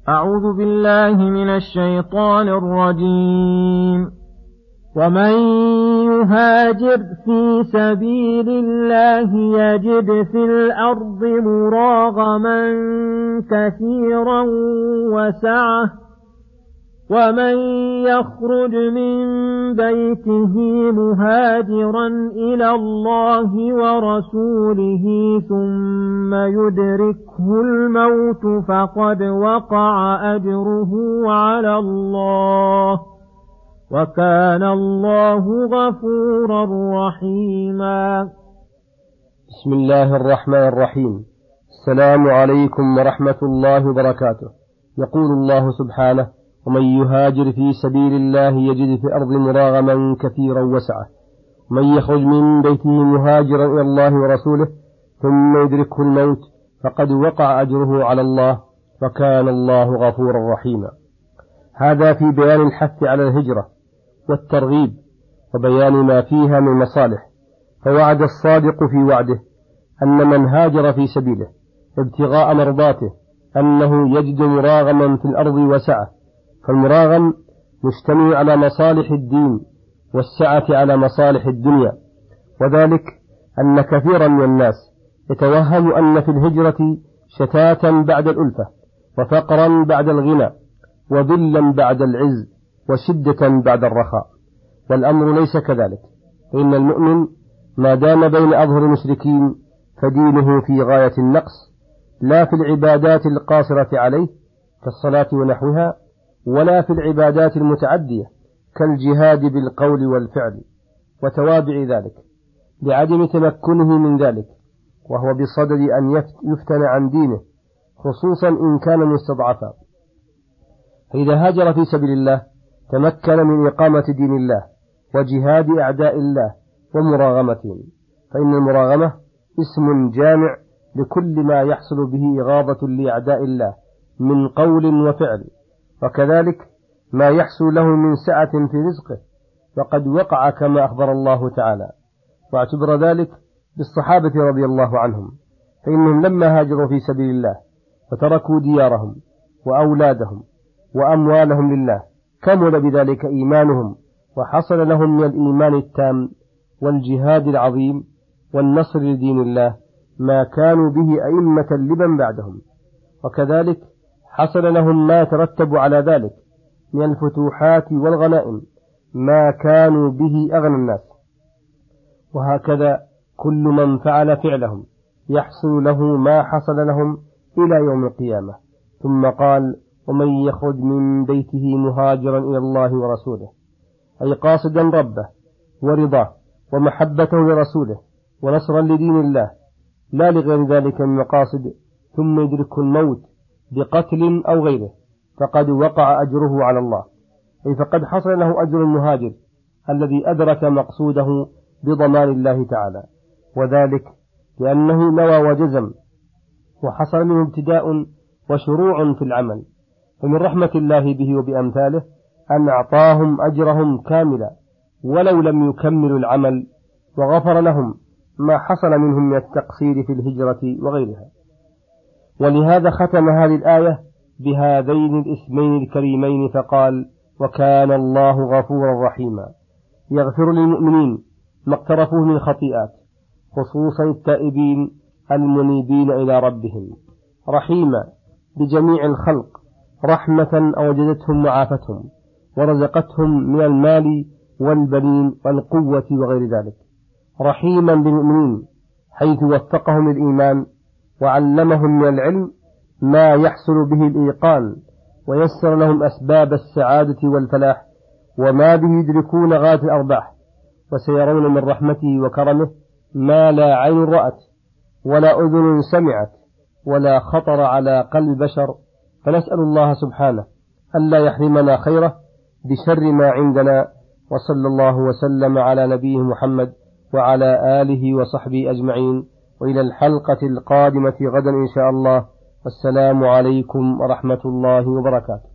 أعوذ بالله من الشيطان الرجيم. ومن يهاجر في سبيل الله يجد في الأرض مراغما كثيرا وسعة ومن يخرج من بيته مهاجرا إلى الله ورسوله ثم يدركه الموت فقد وقع أجره على الله وكان الله غفورا رحيما. بسم الله الرحمن الرحيم. السلام عليكم ورحمة الله وبركاته. يقول الله سبحانه: ومن يهاجر في سبيل الله يجد في الأرض مراغما كثيرا وسعة ومن يخرج من بيته مهاجرا إلى الله ورسوله ثم يدركه الموت فقد وقع أجره على الله وكان الله غفورا رحيما. هذا في بيان الحث على الهجرة والترغيب وبيان ما فيها من مصالح. فوعد الصادق في وعده أن من هاجر في سبيله ابتغاء مرضاته أنه يجد مراغما في الأرض وسعة، فالمراغم مجتمع على مصالح الدين والسعة على مصالح الدنيا، وذلك أن كثيرا من الناس يتوهم أن في الهجرة شتاتا بعد الألفة وفقرا بعد الغنى وذلا بعد العز وشدة بعد الرخاء، والأمر ليس كذلك. فإن المؤمن ما دام بين أظهر المشركين فدينه في غاية النقص، لا في العبادات القاصرة عليه كالصلاة ونحوها، ولا في العبادات المتعدية كالجهاد بالقول والفعل وتوابع ذلك، لعدم تمكنه من ذلك، وهو بصدد أن يفتن عن دينه خصوصا إن كان مستضعفا. فإذا هاجر في سبيل الله تمكن من إقامة دين الله وجهاد أعداء الله ومراغمتهم، فإن المراغمة اسم جامع لكل ما يحصل به إغاظة لأعداء الله من قول وفعل، وكذلك ما يحصل له من سعة في رزقه، وقد وقع كما أخبر الله تعالى. واعتبر ذلك بالصحابة رضي الله عنهم، فإنهم لما هاجروا في سبيل الله وتركوا ديارهم وأولادهم وأموالهم لله كمل بذلك إيمانهم، وحصل لهم من الإيمان التام والجهاد العظيم والنصر لدين الله ما كانوا به أئمة لمن بعدهم، وكذلك حصل لهم ما يترتب على ذلك من الفتوحات والغنائم ما كانوا به أغنى الناس. وهكذا كل من فعل فعلهم يحصل له ما حصل لهم إلى يوم القيامة. ثم قال: ومن يخرج من بيته مهاجرا إلى الله ورسوله، أي قاصدا ربه ورضاه ومحبته لرسوله ونصرا لدين الله، لا لغير ذلك من مقاصد، ثم يدركه الموت بقتل أو غيره فقد وقع أجره على الله، أي فقد حصل له أجر المهاجر الذي أدرك مقصوده بضمان الله تعالى، وذلك لأنه نوى وجزم وحصل منه ابتداء وشروع في العمل. فمن رحمة الله به وبأمثاله أن أعطاهم أجرهم كاملا ولو لم يكملوا العمل، وغفر لهم ما حصل منهم من التقصير في الهجرة وغيرها. ولهذا ختم هذه الآية بهذين الاسمين الكريمين فقال: وكان الله غفورا رحيما، يغفر للمؤمنين ما اقترفوه من خطيئات خصوصا التائبين المنيبين إلى ربهم، رحيما بجميع الخلق رحمة أوجدتهم وعافتهم ورزقتهم من المال والبنين والقوة وغير ذلك، رحيما بالمؤمنين حيث وفقهم للإيمان وعلمهم من العلم ما يحصل به الإيقان، ويسر لهم أسباب السعادة والفلاح وما به يدركون غاية الأرباح، وسيرون من رحمته وكرمه ما لا عين رأت ولا أذن سمعت ولا خطر على قلب بشر. فنسأل الله سبحانه ألا يحرمنا خيره بشر ما عندنا، وصلى الله وسلم على نبيه محمد وعلى آله وصحبه أجمعين، وإلى الحلقة القادمة غدا إن شاء الله. والسلام عليكم ورحمة الله وبركاته.